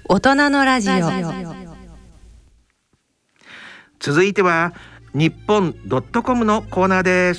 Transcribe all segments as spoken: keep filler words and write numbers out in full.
大人のラジオ。 続いては日本ドットコムのコーナーです。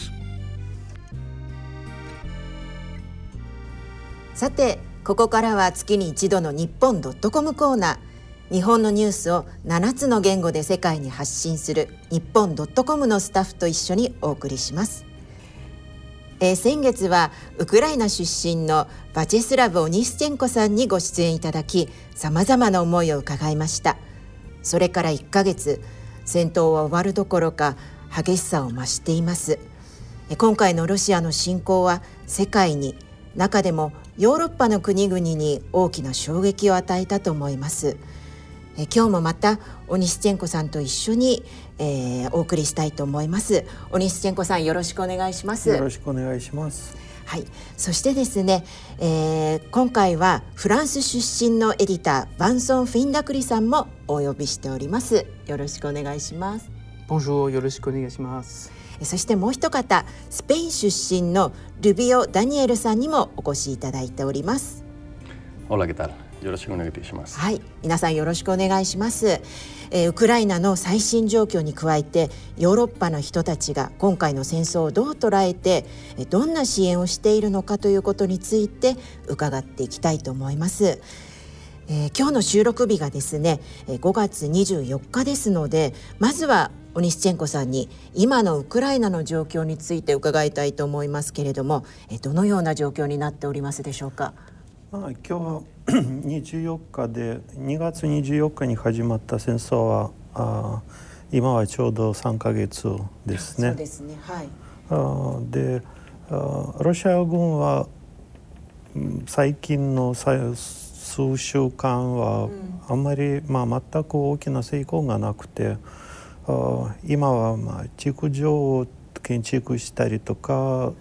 さて、ここからは月に一度の日本ドットコムコーナー。日本のニュースをななつの言語で世界に発信する日本ドットコムのスタッフと一緒にお送りします。えー、先月はウクライナ出身のバチェスラブ・オニスチェンコさんにご出演いただき、さまざまな思いを伺いました。それからいっかげつ、戦闘は終わるどころか激しさを増しています。えー、今回のロシアの侵攻は世界に、中でもヨーロッパの国々に大きな衝撃を与えたと思います。え今日もまたオニスチェンコさんと一緒に、えー、お送りしたいと思います。オニスチェンコさん、よろしくお願いします。 よろしくお願いします。 はい、そしてですね、えー、今回はフランス出身のエディターバンソン・フィンダクリさんもお呼びしております。よろしくお願いします。 Bonjour、よろしくお願いします。 そしてもう一方、スペイン出身のルビオ・ダニエルさんにもお越しいただいております。 Hola, ¿qué tal?よろしくお願いします。 はい、皆さんよろしくお願いします。えー、ウクライナの最新状況に加えて、ヨーロッパの人たちが今回の戦争をどう捉えて、どんな支援をしているのかということについて伺っていきたいと思います。えー、今日の収録日がですね、ごがつにじゅうよっかですので、まずはオニスチェンコさんに今のウクライナの状況について伺いたいと思いますけれども、どのような状況になっておりますでしょうか。 まあ、今日はにじゅうよっかでにがつにじゅうよっかに始まった戦争はあ今はちょうどさんかげつですね。 そうですね、はい。 あであロシア軍は最近の数週間はあんまり、まあ、全く大きな成功がなくて、あ今はまあ築城を建築したりとか、はい、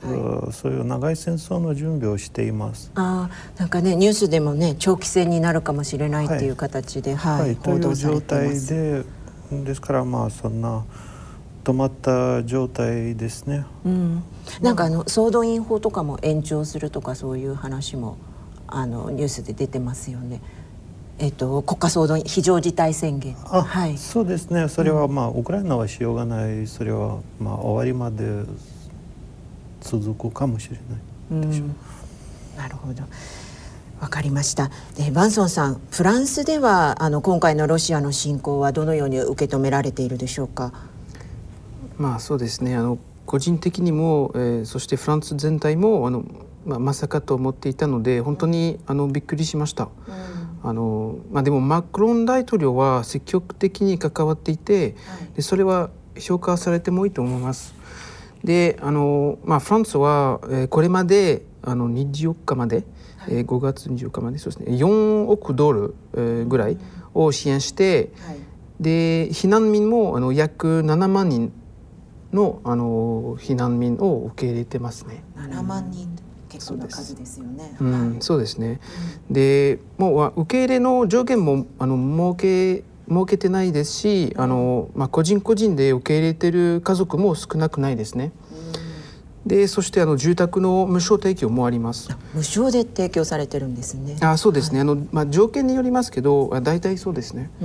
そういう長い戦争の準備をしています。 あなんかね、ニュースでもね、長期戦になるかもしれないっていう形で、はいはい、 という状態で、ですからまあそんな止まった状態ですね。 うん、なんかあの総動員法とかも延長するとか、そういう話もあのニュースで出てますよね。えっと、国家総動員非常事態宣言。 あ、はい、そうですね。それはまあ、うん、ウクライナはしようがない。それはまあ終わりまで続くかもしれないでしょう。うん、 なるほど、わかりました。で、バンソンさん、フランスではあの今回のロシアの侵攻はどのように受け止められているでしょうか。 まあそうですね。あの個人的にも、えー、そしてフランス全体もあの、まあ、まさかと思っていたので、本当にあのびっくりしました。うんあのまあ、でもマクロン大統領は積極的に関わっていて、はい、でそれは評価されてもいいと思います。であの、まあ、フランスは、えー、これまであのにじゅうよっかまで、はいえー、ごがつにじゅうよっかまでそうですね、よんおくドル、えー、ぐらいを支援して、はい、で避難民もあの約ななまんにんの、あの避難民を受け入れてますね。 ななまんにん結構な数ですよね。 うん、そうですね。うん、でもう受け入れの上限もあの設け設けてないですし、あの、まあ、個人個人で受け入れてる家族も少なくないですね。うん、でそしてあの住宅の無償提供もあります。 無償で提供されてるんですね。 あ、そうですね。はい、あのまあ、条件によりますけど大体そうですね。うん、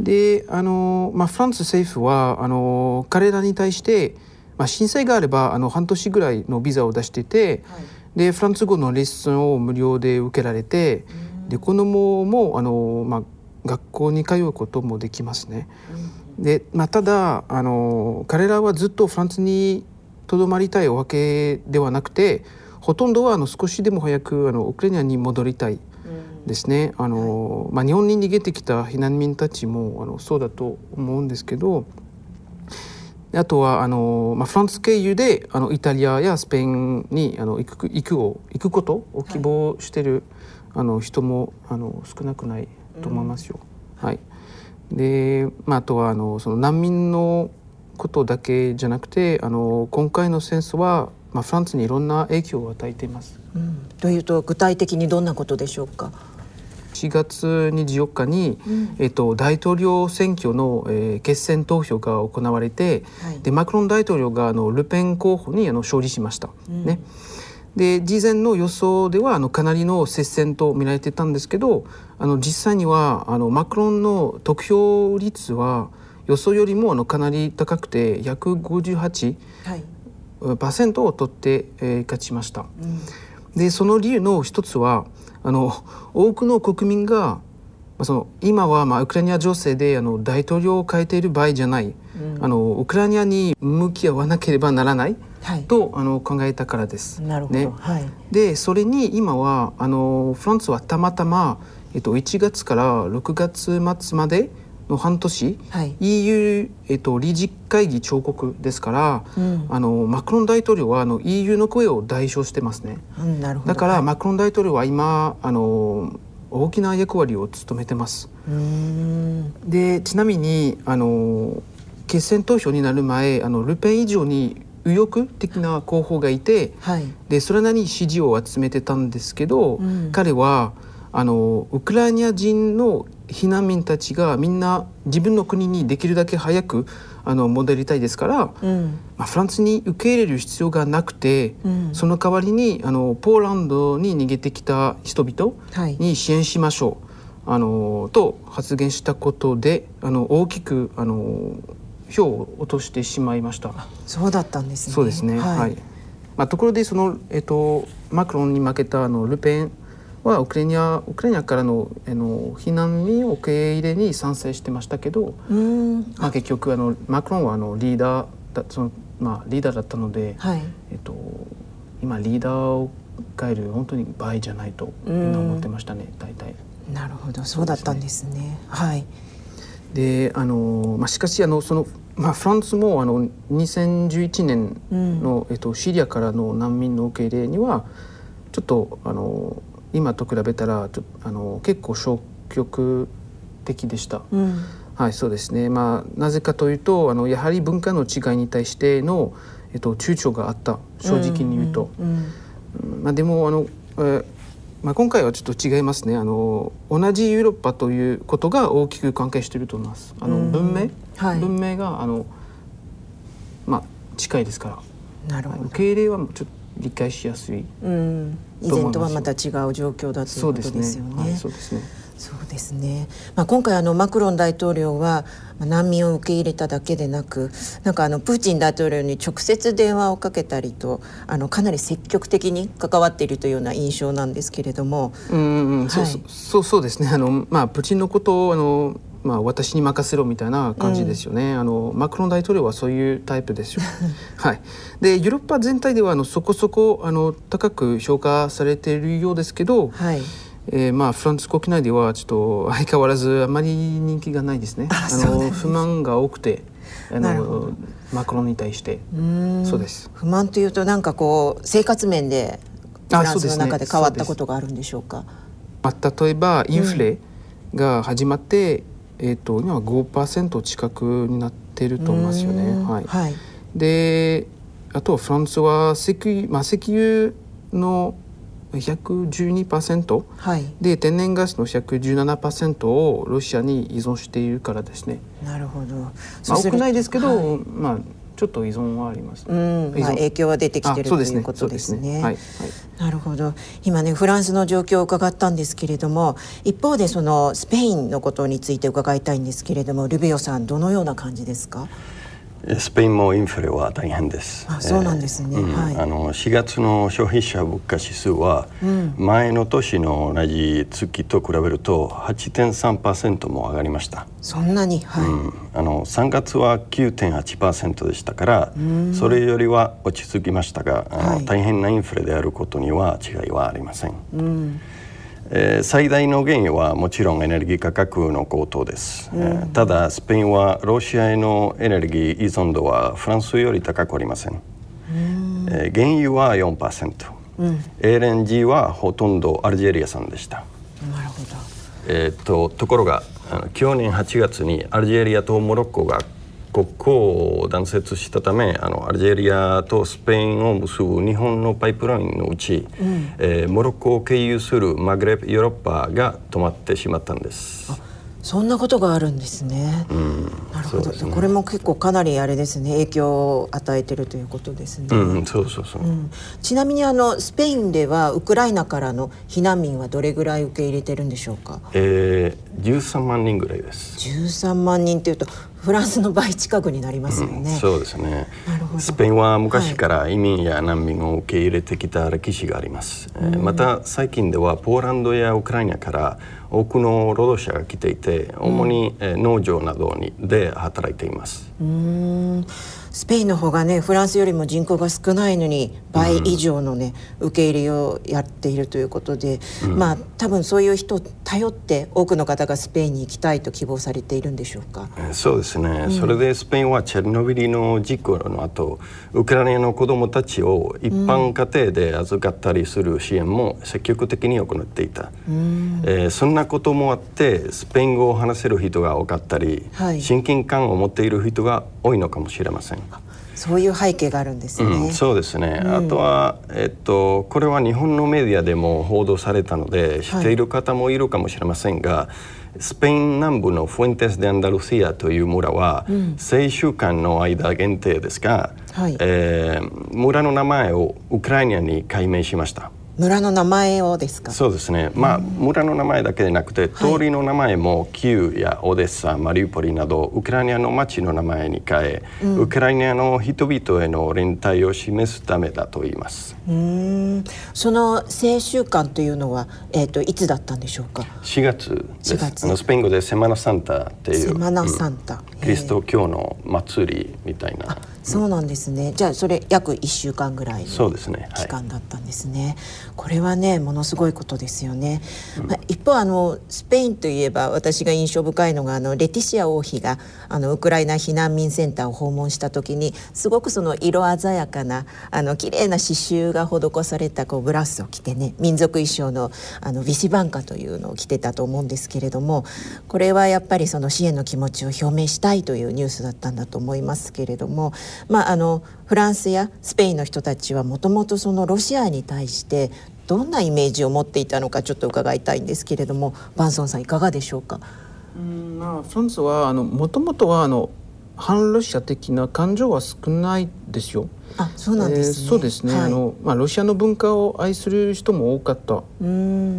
であの、まあ、フランス政府はあの彼らに対して、まあ、申請があればあの半年ぐらいのビザを出してて、はいでフランス語のレッスンを無料で受けられて、で子どももあの、まあ、学校に通うこともできますね。で、まあ、ただあの彼らはずっとフランスにとどまりたいわけではなくて、ほとんどはあの少しでも早くあのウクライナに戻りたいですね。あの、まあ、日本に逃げてきた避難民たちもあのそうだと思うんですけど、あとはあの、まあ、フランス経由であのイタリアやスペインにあの行く、行くを行くことを希望している、はい、あの人もあの少なくないと思いますよ。うん、はい、で、まあ、あとはあのその難民のことだけじゃなくて、あの今回の戦争は、まあ、フランスにいろんな影響を与えています。 うん、というと具体的にどんなことでしょうか。 しがつにじゅうよっかに、うんえっと、大統領選挙の、えー、決選投票が行われて、はい、でマクロン大統領があのルペン候補にあの勝利しました。うんね、 で事前の予想ではあのかなりの接戦と見られてたんですけど、あの実際にはあのマクロンの得票率は予想よりもあのかなり高くて約ごじゅうはちパーセントを取って、えー、勝ちました、うん、でその理由の一つはあの多くの国民が、まあ、その今はまあウクライナ情勢であの大統領を変えている場合じゃない、うん、あのウクライナに向き合わなければならない、はい、とあの考えたからです。 なるほど、ね、はい、 でそれに今はあのフランスはたまたま、えっと、いちがつからろくがつ末までの半年、はい、イーユー、えっと、理事会議彫刻ですから、うん、あのマクロン大統領はあの イーユー の声を代表してますね、うん、なるほど。だから、はい、マクロン大統領は今あの大きな役割を務めてます。うーんでちなみにあの決選投票になる前あのルペン以上に右翼的な候補がいて、はい、でそれなりに支持を集めてたんですけど、うん、彼はあのウクライナ人の避難民たちがみんな自分の国にできるだけ早くあの戻りたいですから、うんまあ、フランスに受け入れる必要がなくて、うん、その代わりにあのポーランドに逃げてきた人々に支援しましょう、はい、あのと発言したことであの大きくあの票を落としてしまいました。 そうだったんですね。 そうですね、はいはいまあ、ところでその、えっと、マクロンに負けたあのルペンはウクライナ、ウクライナからの、あの避難民を受け入れに賛成してましたけど、うんまあ、結局あのマクロンはあのリーダーだ、その、まあ、リーダーだったので、はいえっと、今リーダーを変える本当に場合じゃないとみんな思ってましたね、大体。 なるほど、そうだったんですね。はいであのまあ、しかしあのその、まあ、フランスもあのにせんじゅういちねんの、うんえっと、シリアからの難民の受け入れにはちょっとあの今と比べたらちょあの結構消極的でした、うんはいそうですねまあ、なぜかというとあのやはり文化の違いに対しての、えっと、躊躇があった正直に言うと、うんうんうんまあ、でもあの、えーまあ、今回はちょっと違いますね。あの同じヨーロッパということが大きく関係していると思います。あの文明、はい、文明があの、まあ、近いですから。なるほど。受け入れはちょっと理解しやすい、うん、 以前とはまた違う状況だということですよね。 そうですね。 そうですね、まあ、今回あのマクロン大統領は難民を受け入れただけでなくなんかあのプーチン大統領に直接電話をかけたりとあのかなり積極的に関わっているというような印象なんですけれども、 うんうん、はい、そうそうそうですね。あの、まあ、プーチンのことをあの、まあ、私に任せろみたいな感じですよね、うん、あのマクロン大統領はそういうタイプですよ、はい、でヨーロッパ全体ではあのそこそこあの高く評価されているようですけど、はいえーまあ、フランス国内ではちょっと相変わらずあまり人気がないですね。ああの不満が多くてあのマクロンに対してうんそうです。 不満というとなんかこう生活面でフランスの中で変わったことがあるんでしょうか。 まあ、例えばインフレが始まって、うんえー、と今は ごパーセント 近くになっていると思いますよね。はいはい、であとフランスは石油、まあ、石油のひゃくじゅうにパーセント、はい、で天然ガスのひゃくじゅうななパーセントをロシアに依存しているからですね。 なるほど。まあ、多くないですけど、はいまあ、ちょっと依存はあります、ねうんまあ、影響は出てきているということですね。はいはい、なるほど。今ねフランスの状況を伺ったんですけれども一方でそのスペインのことについて伺いたいんですけれどもルビオさんどのような感じですか。 スペインもインフレは大変です。 あ、そうなんですね。えーうんはい、 あのしがつの消費者物価指数は、うん、前の年の同じ月と比べると はちてんさんパーセント も上がりました。 そんなに、はいうん、 あのさんがつは きゅうてんはちパーセント でしたからそれよりは落ち着きましたが、あの、はい、大変なインフレであることには違いはありません。うんえー、最大の原因はもちろんエネルギー価格の高騰です、うんえー、ただスペインはロシアへのエネルギー依存度はフランスより高くありません、うんえー、原油は よんパーセント、うん、エルエヌジー はほとんどアルジェリア産でした。 なるほど、 えー、と, ところがあの去年はちがつにアルジェリアとモロッコが国交を断絶したためあのアルジェリアとスペインを結ぶ日本のパイプラインのうち、うんえー、モロッコを経由するマグレブヨーロッパが止まってしまったんです。 あそんなことがあるんですね。 うん、 なるほど、 そうですね。 これも結構かなりあれですね、影響を与えているということですね。 うん、そうそうそう、 うん、ちなみにあのスペインではウクライナからの避難民はどれぐらい受け入れてるんでしょうか。 えー、じゅうさんまんにんぐらいです。 じゅうさんまんにんというとフランスの倍近くになりますよね。 うん、そうですね。 なるほど。 スペインは昔から移民や難民を受け入れてきた歴史があります。はい、えー、また最近ではポーランドやウクライナから多くの労働者が来ていて、主に、うん、農場などにで働いています。 うーん、スペインの方がね、フランスよりも人口が少ないのに倍以上のね、うん、受け入れをやっているということで、うん、まあ多分そういう人を頼って多くの方がスペインに行きたいと希望されているんでしょうか。 えー、そうですね、うん、それでスペインはチェルノビリの事故の後、ウクライナの子どもたちを一般家庭で預かったりする支援も積極的に行っていた。うん、えー、そんなこともあってスペイン語を話せる人が多かったり、はい、親近感を持っている人が多いのかもしれません。 そういう背景があるんですね。 うん、そうですね、うん、あとは、えっと、これは日本のメディアでも報道されたので知っている方もいるかもしれませんが、はい、スペイン南部のフエンテス・デ・アンダルシアという村は、うん、数週間の間限定ですが、はい、えー、村の名前をウクライナに改名しました。 村の名前をですか。 そうですね、まあ、村の名前だけでなくて、通りの名前もキーウやオデッサ、マリウポリなどウクライナの町の名前に変え、うん、ウクライナの人々への連帯を示すためだと言います。 うーん、その聖週間というのは、えーと、いつだったんでしょうか。 しがつです。しがつ、あのスペイン語でセマナサンタっていうセマナサンタ、 うん、キリスト教の祭りみたいな。 そうなんですね。じゃあそれ約いっしゅうかんぐらいの期間だったんですね。はい、これはね、ものすごいことですよね。うん、まあ、一方あのスペインといえば私が印象深いのがあのレティシア王妃があのウクライナ避難民センターを訪問した時にすごくその色鮮やかなあの綺麗な刺繍が施されたこうブラウスを着てね、民族衣装のあのビシバンカというのを着てたと思うんですけれども、これはやっぱりその支援の気持ちを表明したいというニュースだったんだと思いますけれども、まあ、あのフランスやスペインの人たちはもともとそのロシアに対してどんなイメージを持っていたのかちょっと伺いたいんですけれども、バンソンさんいかがでしょうか。 うん、まあ、フランスはもともとはあの反ロシア的な感情は少ないですよ。 あ、そうなんですね。 えー、そうですね、はい、あのまあ、ロシアの文化を愛する人も多かった。うん、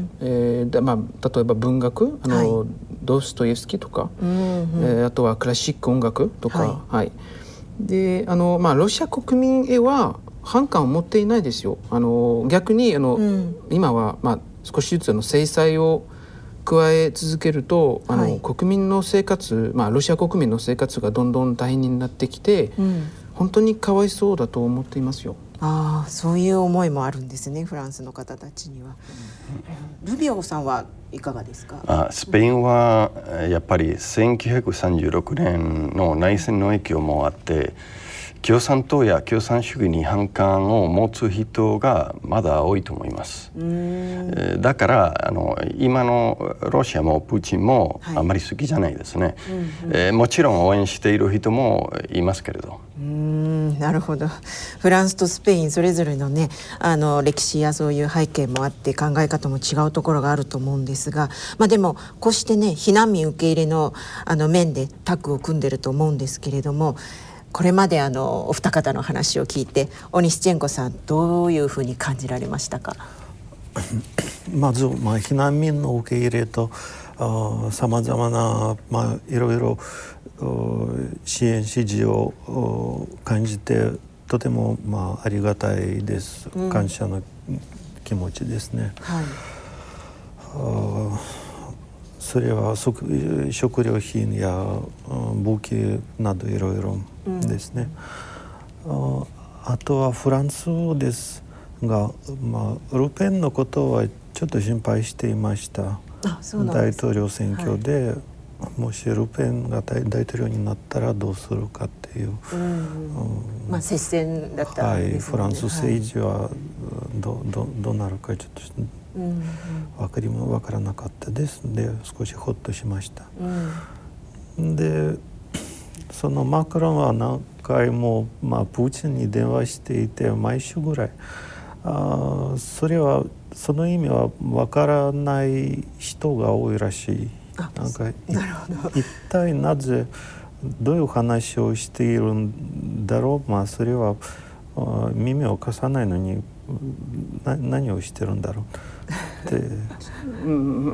えーでまあ、例えば文学、あの、はい、ドストエフスキーとか、うんうん、えー、あとはクラシック音楽とか、はいはい、であの、まあ、ロシア国民へは反感を持っていないですよ。あの逆にあの、うん、今は、まあ、少しずつあの制裁を加え続けるとあの、はい、国民の生活、まあ、ロシア国民の生活がどんどん大変になってきて、うん、本当にかわいそうだと思っていますよ。 ああ、そういう思いもあるんですね、フランスの方たちには。うん、ルビオさんはいかがですか。 あ、スペインはやっぱりせんきゅうひゃくさんじゅうろくねんの内戦の影響もあって共産党や共産主義に反感を持つ人がまだ多いと思います。えー、だからあの今のロシアもプーチンもあまり好きじゃないですね。はい、うんうん、えー、もちろん応援している人もいますけれど。 うーん、なるほど。フランスとスペインそれぞれのね、あの歴史やそういう背景もあって考え方も違うところがあると思うんですが、まあ、でもこうしてね避難民受け入れのあの面でタッグを組んでると思うんですけれども、これまであのお二方の話を聞いてオニシチェンコさんどういうふうに感じられましたか。 まず、まあ、避難民の受け入れとさまざまな、まあ、いろいろ支援支持を感じてとても、まあ、ありがたいです。うん、感謝の気持ちですね。はい、それは食料品や武器などいろいろですね。うん、あ, あとはフランスですが、まあ、ルペンのことはちょっと心配していました。 あ、そうなんです。 大統領選挙で、はい、もしルペンが 大, 大統領になったらどうするかっていう、うんうん、 まあ、接戦だったんですね。はい、 フランス政治はど, ど, どうなるかちょっとうんうん、分かりも分からなかったですので少しほっとしました。うん、でそのマクロンは何回も、まあ、プーチンに電話していて毎週ぐらいあそれはその意味は分からない人が多いらしなんか一体なぜどういう話をしているんだろう。まあそれは耳を貸さないのにな何をしてるんだろうって、 うん、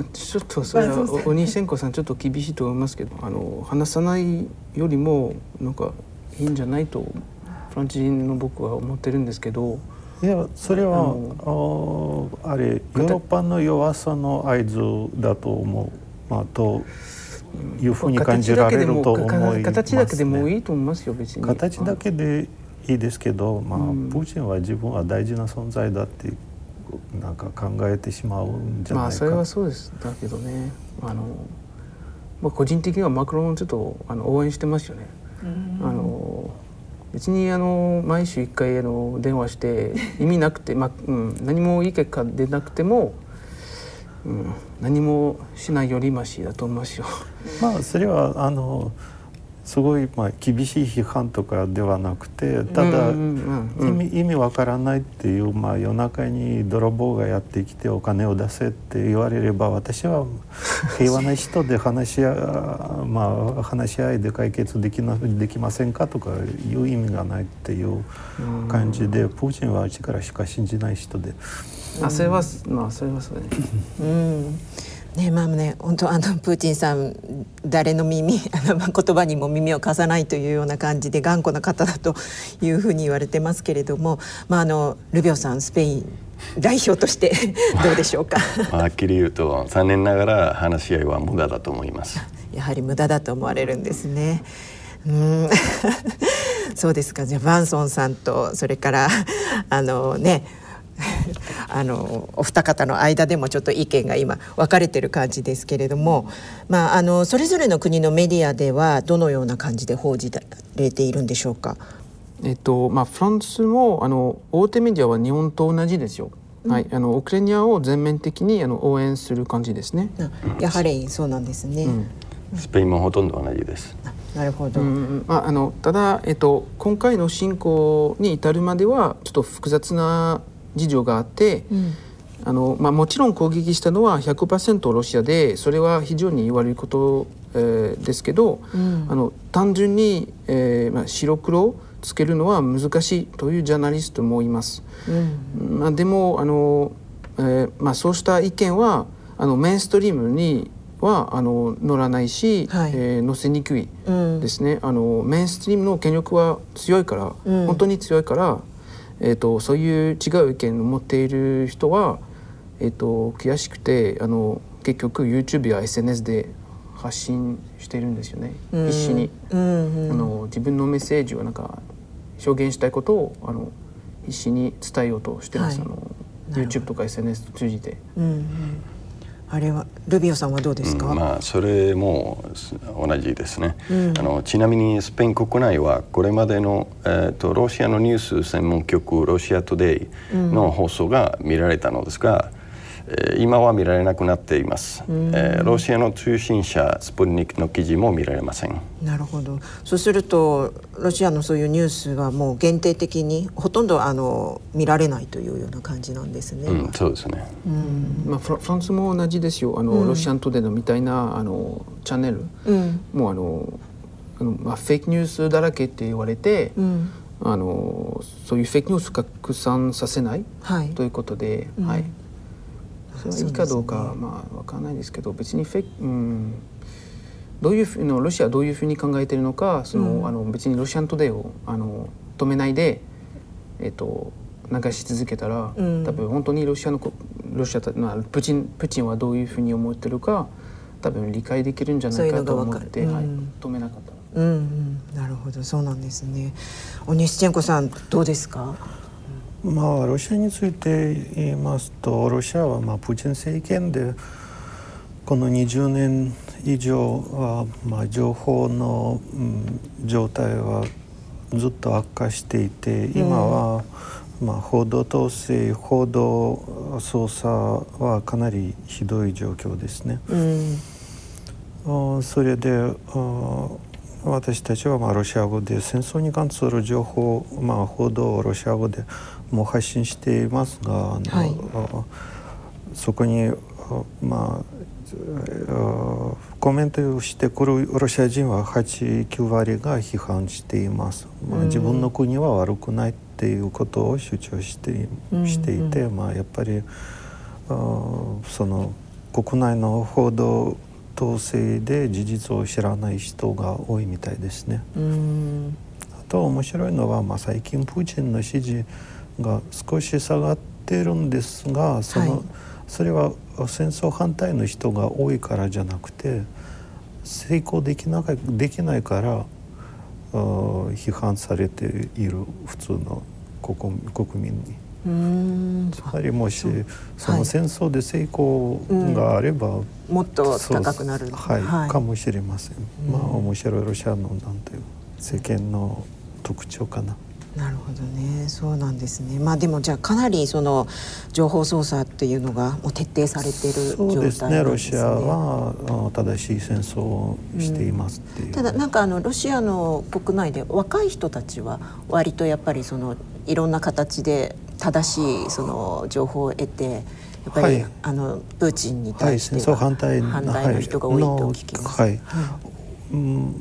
ちょっとそれはオニシェンコさんちょっと厳しいと思いますけど、あの話さないよりもなんかいいんじゃないとフランス人の僕は思ってるんですけど。 いやそれはあ, あれヨーロッパの弱さの合図だと思う、まあ、というふうに感じられると思いますね。 形だけでもいいと思いますよ別に。 形だけでいいですけど、まあ、うん、プーチンは自分は大事な存在だってなんか考えてしまうんじゃないか。 まあそれはそうですだけどね、あの、まあ、個人的にはマクロンをちょっとあの応援してますよね。あの別にあの毎週いっかいあの電話して意味なくて、まあうん、何もいい結果出なくても、うん、何もしないよりマシだと思いますよ。 まあそれはあのすごいまあ厳しい批判とかではなくて、ただ意味意味わからないっていう、まあ、夜中に泥棒がやってきてお金を出せって言われれば、私は平和な人で話し合まあ話し合いで解決できなできませんかとかいう意味がないっていう感じで、プーチンは力しか信じない人で。 あ、それはまあそれはそうね。 うんね、まあね、本当あのプーチンさん誰の耳あの言葉にも耳を貸さないというような感じで頑固な方だというふうに言われてますけれども、まあ、あのルビオさんスペイン代表としてどうでしょうか。 はっきり言うと残念ながら話し合いは無駄だと思います。 やはり無駄だと思われるんですね。うんそうですか。じゃあバンソンさんとそれからあのねあのお二方の間でもちょっと意見が今分かれてる感じですけれども、まあ、あのそれぞれの国のメディアではどのような感じで報じられているんでしょうか。 えっとまあ、フランスもあの大手メディアは日本と同じですよ、うんはい、あのウクライナを全面的にあの応援する感じですね。 やはりそうなんですね、 うん、スペインもほとんど同じです。 なるほど、 うんまあ、あのただ、えっと、今回の侵攻に至るまではちょっと複雑な事情があって、うんあのまあ、もちろん攻撃したのは ひゃくパーセント ロシアで、それは非常に悪いこと、えー、ですけど、うん、あの単純に、えーまあ、白黒つけるのは難しいというジャーナリストもいます、うんまあ、でもあの、えーまあ、そうした意見はあのメインストリームにはあの乗らないし、はいえー、載せにくいですね、うん、あのメインストリームの権力は強いから、うん、本当に強いからえー、とそういう違う意見を持っている人は、えー、と悔しくてあの結局 YouTube や エスエヌエス で発信しているんですよね、うん、必死に、うんうん、あの自分のメッセージをなんか表現したいことをあの必死に伝えようとしてます、はい、あの YouTube とか エスエヌエス を通じて、うんうんあれはルビオさんはどうですか。 うん、まあそれも同じですね、うん、あのちなみにスペイン国内はこれまでの、えー、とロシアのニュース専門局ロシアトゥデイの放送が見られたのですが、うんえー、今は見られなくなっています、うんえー、ロシアの通信社スプルニクの記事も見られません。 なるほど。そうするとロシアのそういうニュースはもう限定的にほとんどあの見られないというような感じなんですね、 うん、そうですね、 うんまあ、フラ、フランスも同じですよ。あの、うん、ロシアントゥデイのみたいなあのチャンネル、うん、もうあのあの、まあ、フェイクニュースだらけって言われて、うん、あのそういうフェイクニュース拡散させない、はい、ということで、うんはいそれはいいかどうか、ね、まあ分からないですけど、別にフェイク、うん、どういうふうのロシアはどういうふうに考えているのか、その、うん、あの別にロシアントゥデイをあの止めないで、えっと、流し続けたら、うん、多分本当にロシアのロシア、まあ、プチンプチンはどういうふうに思ってるか多分理解できるんじゃないかと思って、うんはい、止めなかった。うんうん、 なるほど、そうなんですね。オニシチェンコさんどうですか。 まあ、ロシアについて言いますと、ロシアはまあプーチン政権でこのにじゅうねん以上はまあ情報の、うん、状態はずっと悪化していて、今はまあ報道統制、報道操作はかなりひどい状況ですね。うん、それで私たちはまあロシア語で戦争に関する情報、まあ、報道をロシア語でもう配信していますが、はい、そこに、まあ、 コメントをしてくるロシア人ははち、きゅうわりが批判しています。まあ、自分の国は悪くないっていうことを主張してしていて、まあ、やっぱりその国内の報道統制で事実を知らない人が多いみたいですね。うんあと面白いのは、まあ、最近プーチンの支持が少し下がってるんですが、その、はい、それは戦争反対の人が多いからじゃなくて、成功できなか、できないから批判されている普通の 国, 国民に。うーんつまりもしその戦争で成功があれば、はいうん、もっと高くなる、 はいはい、かもしれません。まあ面白いロシアのなんていう政権の特徴かな。 なるほどね、そうなんですね。まあでもじゃあかなりその情報操作っていうのがもう徹底されている状態なんですね。そうですね。 ロシアは正しい戦争をしていますっていう、うん、 ただなんかあのロシアの国内で若い人たちは割とやっぱりそのいろんな形で正しいその情報を得て、やっぱり、はい、あのプーチンに対しては、はい、戦争反対、反対の人が多いと聞きます。はいはいうん、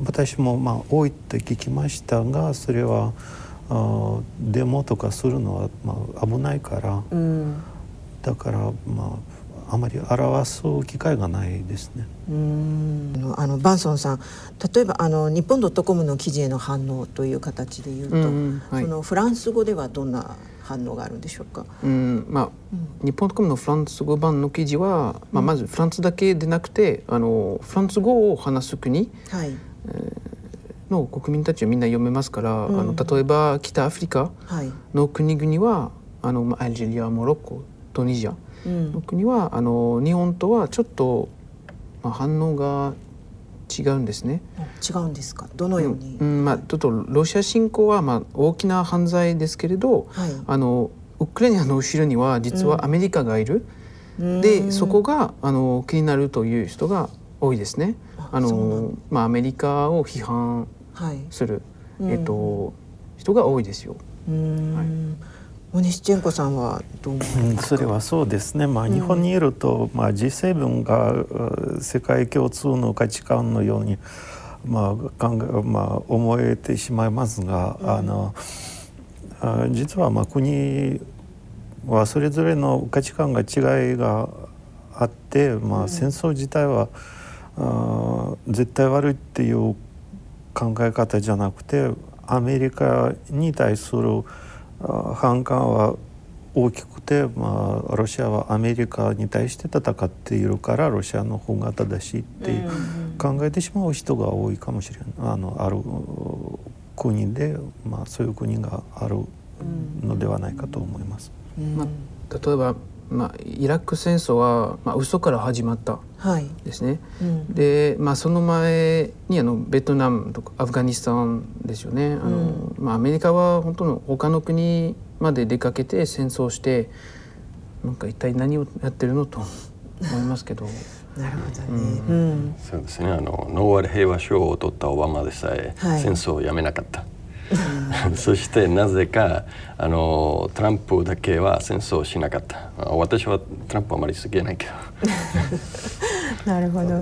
私もまあ多いと聞きましたが、それはあデモとかするのはまあ危ないから、うん、だからまああまり表す機会がないですね。 うーんあのバンソンさん、例えばあの日本 .com の記事への反応という形でいうと、うんうんはい、そのフランス語ではどんな反応があるんでしょうか。 うんまあうん、日本 .com のフランス語版の記事は、まあ、まずフランスだけでなくて、あのフランス語を話す国、はいえーの国民たちはみんな読めますから、うん、あの例えば北アフリカの国々は、はい、あのアルジェリア、モロッコ、トニジアの国は、うん、あの日本とはちょっと、まあ、反応が違うんですね。 違うんですか。どのように、 うんうんまあ、ちょっとロシア侵攻は、まあ、大きな犯罪ですけれど、はい、あのウクライナの後ろには実はアメリカがいる、うん、でそこがあの気になるという人が多いですね。あのまあ、アメリカを批判する、はいえっとうん、人が多いですよ。うんはい、 オニシチェンコさんはどう思いますか。 それはそうですね、まあ、日本にいると、うんまあ、ジーセブン が世界共通の価値観のように、まあ考えまあ、思えてしまいますが、うん、あのあ実はまあ国はそれぞれの価値観が違いがあって、まあ、戦争自体は、うん、あ絶対悪いっていう考え方じゃなくて、アメリカに対する反感は大きくて、まあ、ロシアはアメリカに対して戦っているからロシアの方が正しいって考えてしまう人が多いかもしれない。あのある国で、まあ、そういう国があるのではないかと思います。 まあ、例えばまあ、イラク戦争は、まあ、嘘から始まったですね、はいうん、で、まあ、その前にあのベトナムとかアフガニスタンですよね。あの、うんまあ、アメリカは本当の他の国まで出かけて戦争してなんか一体何をやってるのと思いますけどなるほどね、うんうん、 そうですね。あのノーベル平和賞を取ったオバマでさえ、はい、戦争をやめなかったそしてなぜかあのトランプだけは戦争をしなかった。私はトランプあまり好きじゃないけどなるほど、うん、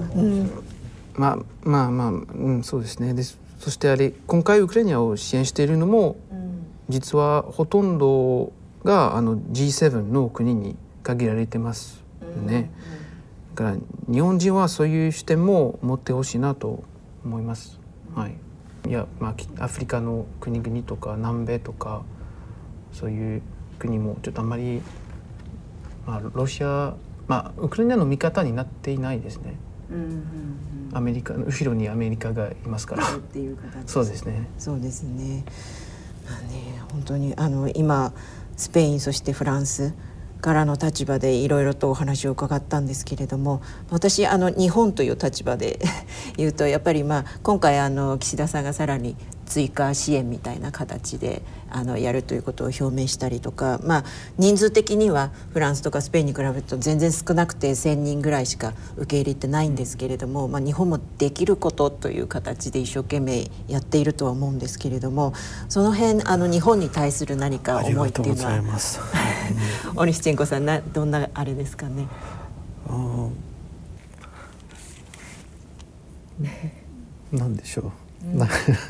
まあまあまあ、うん、そうですね。でそしてあれ今回ウクライナを支援しているのも、うん、実はほとんどがあの ジーセブン の国に限られてますよね、うん、だから日本人はそういう視点も持ってほしいなと思います、はいいやまあ、アフリカの国々とか南米とかそういう国もちょっとあんまり、まあ、ロシア、まあ、ウクライナの味方になっていないですね、うんうんうん、アメリカ後ろにアメリカがいますからっていう形そうですね。 そうですね。まあね、本当にあの今スペインそしてフランスからの立場でいろいろとお話を伺ったんですけれども、私あの日本という立場で言うとやっぱりまあ今回あの岸田さんがさらに追加支援みたいな形であのやるということを表明したりとか、まあ、人数的にはフランスとかスペインに比べると全然少なくてせんにんぐらいしか受け入れてないんですけれども、まあ、日本もできることという形で一生懸命やっているとは思うんですけれども、その辺あの日本に対する何か思いっていうのはオニシチェンコさんなどんなあれですかね。 なんでしょう、 うん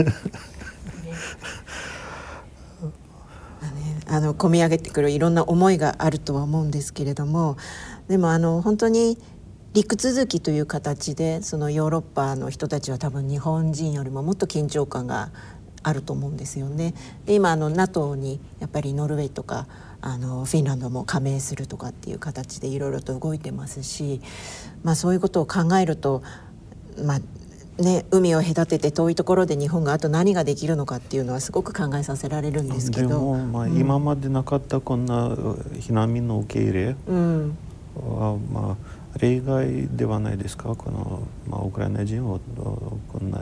あの込み上げてくるいろんな思いがあるとは思うんですけれども、でもあの本当に陸続きという形でそのヨーロッパの人たちは多分日本人よりももっと緊張感があると思うんですよね。で今あの ナトー にやっぱりノルウェーとかあのフィンランドも加盟するとかっていう形でいろいろと動いてますし、まあ、そういうことを考えると、まあね、海を隔てて遠いところで日本があと何ができるのかっていうのはすごく考えさせられるんですけど、 でも、まあうん、今までなかったこんな避難民の受け入れは、うんまあ、例外ではないですか、この、まあ、ウクライナ人をこんな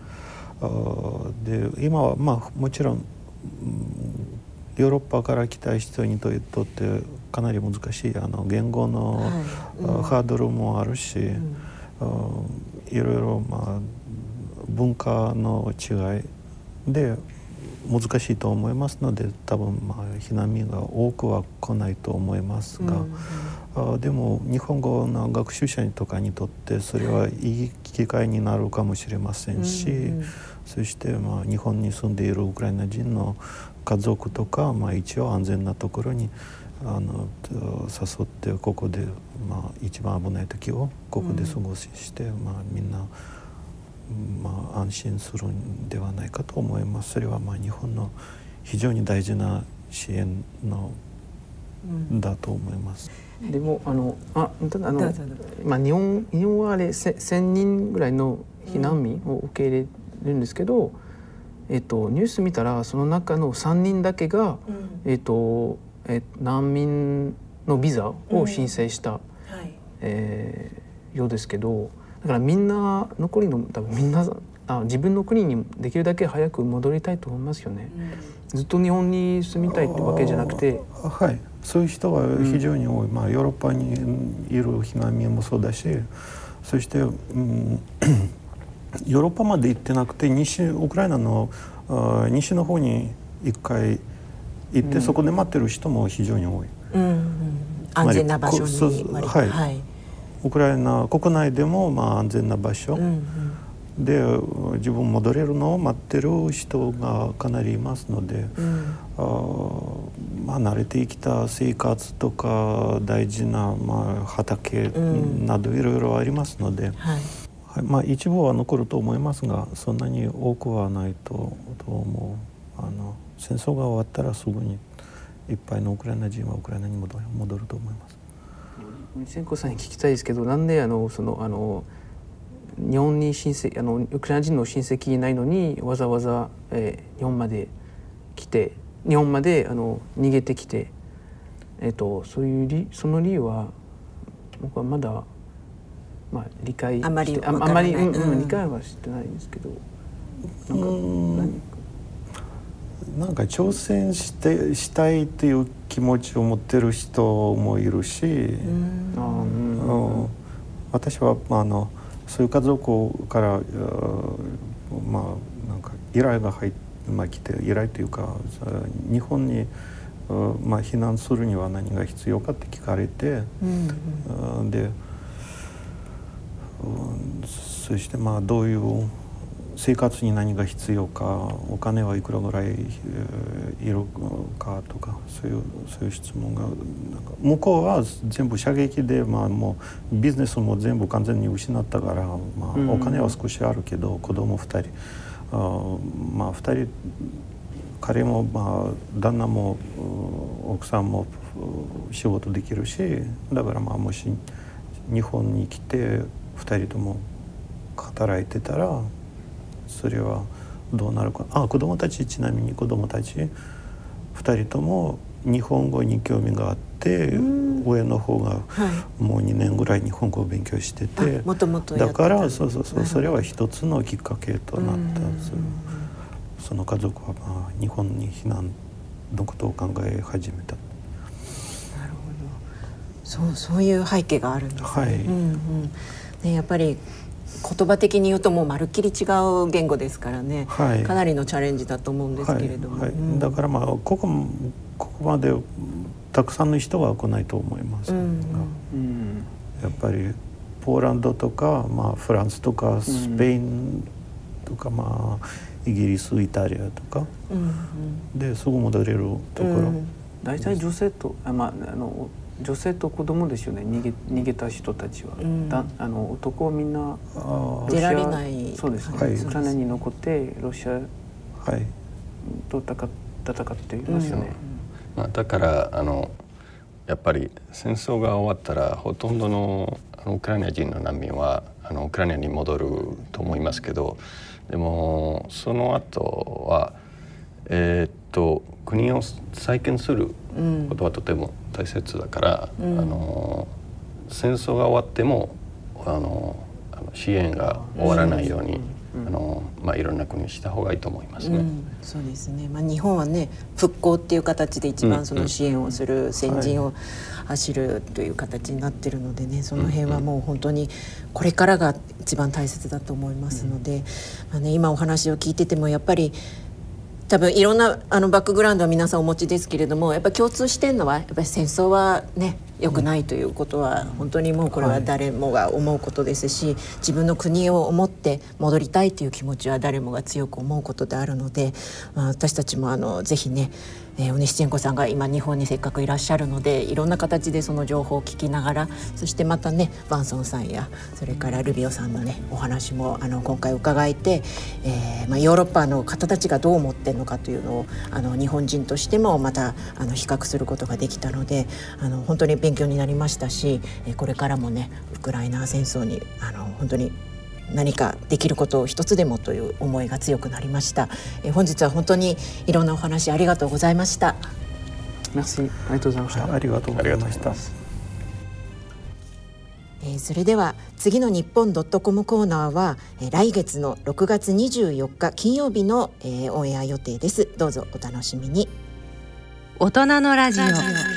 で今は、まあ、もちろんヨーロッパから来た人にとってかなり難しいあの言語の、はいうん、ハードルもあるし、うんいろいろ、まあ、文化の違いで難しいと思いますので多分、まあ、避難民が多くは来ないと思いますが、うんうん、あでも日本語の学習者とかにとってそれはいい機会になるかもしれませんし、うんうん、そして、まあ、日本に住んでいるウクライナ人の家族とか、まあ、一応安全なところにあの誘ってここで、まあ、一番危ない時をここで過ごしして、うんまあ、みんな、まあ、安心するんではないかと思います。それは、まあ、日本の非常に大事な支援の、うん、だと思います。 でもあのあただあの、まあ、日本日本はあれせせんにんぐらいの避難民を受け入れるんですけど、うんえっと、ニュース見たらその中のさんにんだけが、うんえっとえ難民のビザを申請した、うんはいえー、ようですけど、だからみんな残りの多分みんなあ自分の国にできるだけ早く戻りたいと思いますよね、うん、ずっと日本に住みたいってわけじゃなくて、 はいそういう人は非常に多い、うんまあ、ヨーロッパにいる避難民もそうだし、そして、うん、ヨーロッパまで行ってなくて西ウクライナの西の方に一回行って、うん、そこで待ってる人も非常に多い、うんうん、 安全な場所に、 はいはい、ウクライナ国内でもまあ安全な場所、うんうん、で自分戻れるのを待ってる人がかなりいますので、うんあまあ、慣れてきた生活とか大事な、まあ、畑などいろいろありますので、うんはいはいまあ、一部は残ると思いますがそんなに多くはないと、と思う。あの戦争が終わったらすぐにいっぱいのウクライナ人はウクライナに戻る、戻ると思います。 千子さんに聞きたいですけど、なんであのそのあの日本に親戚あのウクライナ人の親戚いないのにわざわざ、えー、日本まで来て日本まであの逃げてきて、えー、とそういう理その理由は僕はまだ、まあ、理解してあまりああまり、うんうん、理解はしてないんですけど、なんか何かなんか挑戦してしたいという気持ちを持ってる人もいるし、うんうん、私はあのそういう家族から、まあ、なんか依頼が入って、まあ、来て依頼というか日本に、まあ、避難するには何が必要かって聞かれて、うんうん、でそしてまあどういう生活に何が必要かお金はいくらぐらいいるかとかそういうそういう質問がなんか向こうは全部射撃で、まあ、もうビジネスも全部完全に失ったから、まあ、お金は少しあるけど子供ふたりあ、まあ、ふたり彼も、まあ、旦那も奥さんも仕事できるしだからまあもし日本に来てふたりとも働いてたらそれはどうなるか。あ、子供たちちなみに子供たちふたりとも日本語に興味があって上の方がもうにねんぐらい日本語を勉強してて、 もともとだからそうそうそうそれは一つのきっかけとなった。その家族はまあ日本に避難のことを考え始めた。 なるほど。そうそういう背景があるんですね。はい。うんうんね、やっぱり言葉的に言うともうまるっきり違う言語ですからね、はい、かなりのチャレンジだと思うんですけれども、はいはいうん、 だからまあここ、ここまでたくさんの人は来ないと思います、うんうん、やっぱりポーランドとか、まあ、フランスとかスペインとか、まあ、イギリスイタリアとか、うんうん、ですぐ戻れるところ、うん、 大体女性とあ、まあ、あの女性と子供ですよね、逃げ、逃げた人たちは、うん、だあの男はみんな出られない、 そうですね、はい、ウクライナに残ってロシアと戦っていますよね、 うんまあ、だからあのやっぱり戦争が終わったらほとんどのあのウクライナ人の難民はあのウクライナに戻ると思いますけど、でもその後はえー、っと国を再建することはとても大切だから、うん、あの戦争が終わってもあのあの支援が終わらないように、うん、あのまあ、いろんな国にした方がいいと思いますね。うん、 そうですね、まあ、日本はね復興っていう形で一番その支援をする、先陣を走るという形になってるのでね、その辺はもう本当にこれからが一番大切だと思いますので、まあね、今お話を聞いててもやっぱり多分いろんなあのバックグラウンドは皆さんお持ちですけれども、やっぱり共通してるのはやっぱり戦争はね良くないということは本当にもうこれは誰もが思うことですし、自分の国を思って戻りたいという気持ちは誰もが強く思うことであるので、まあ、私たちもあのぜひね、えー、オネシチェンコさんが今日本にせっかくいらっしゃるので、いろんな形でその情報を聞きながら、そしてまたねバンソンさんやそれからルビオさんのねお話もあの今回伺えて、えーまあ、ヨーロッパの方たちがどう思ってるのかというのをあの日本人としてもまたあの比較することができたので、あの本当に勉強になりましたし、これからもねウクライナ戦争にあの本当に何かできることを一つでもという思いが強くなりました。え本日は本当にいろんなお話ありがとうございました。 Merci、ありがとうございました。 ありがとうございました。 えー、それでは次の日本 .com コーナーは、えー、来月のろくがつにじゅうよっか金曜日の、えー、オンエア予定です。どうぞお楽しみに。 大人のラジオ。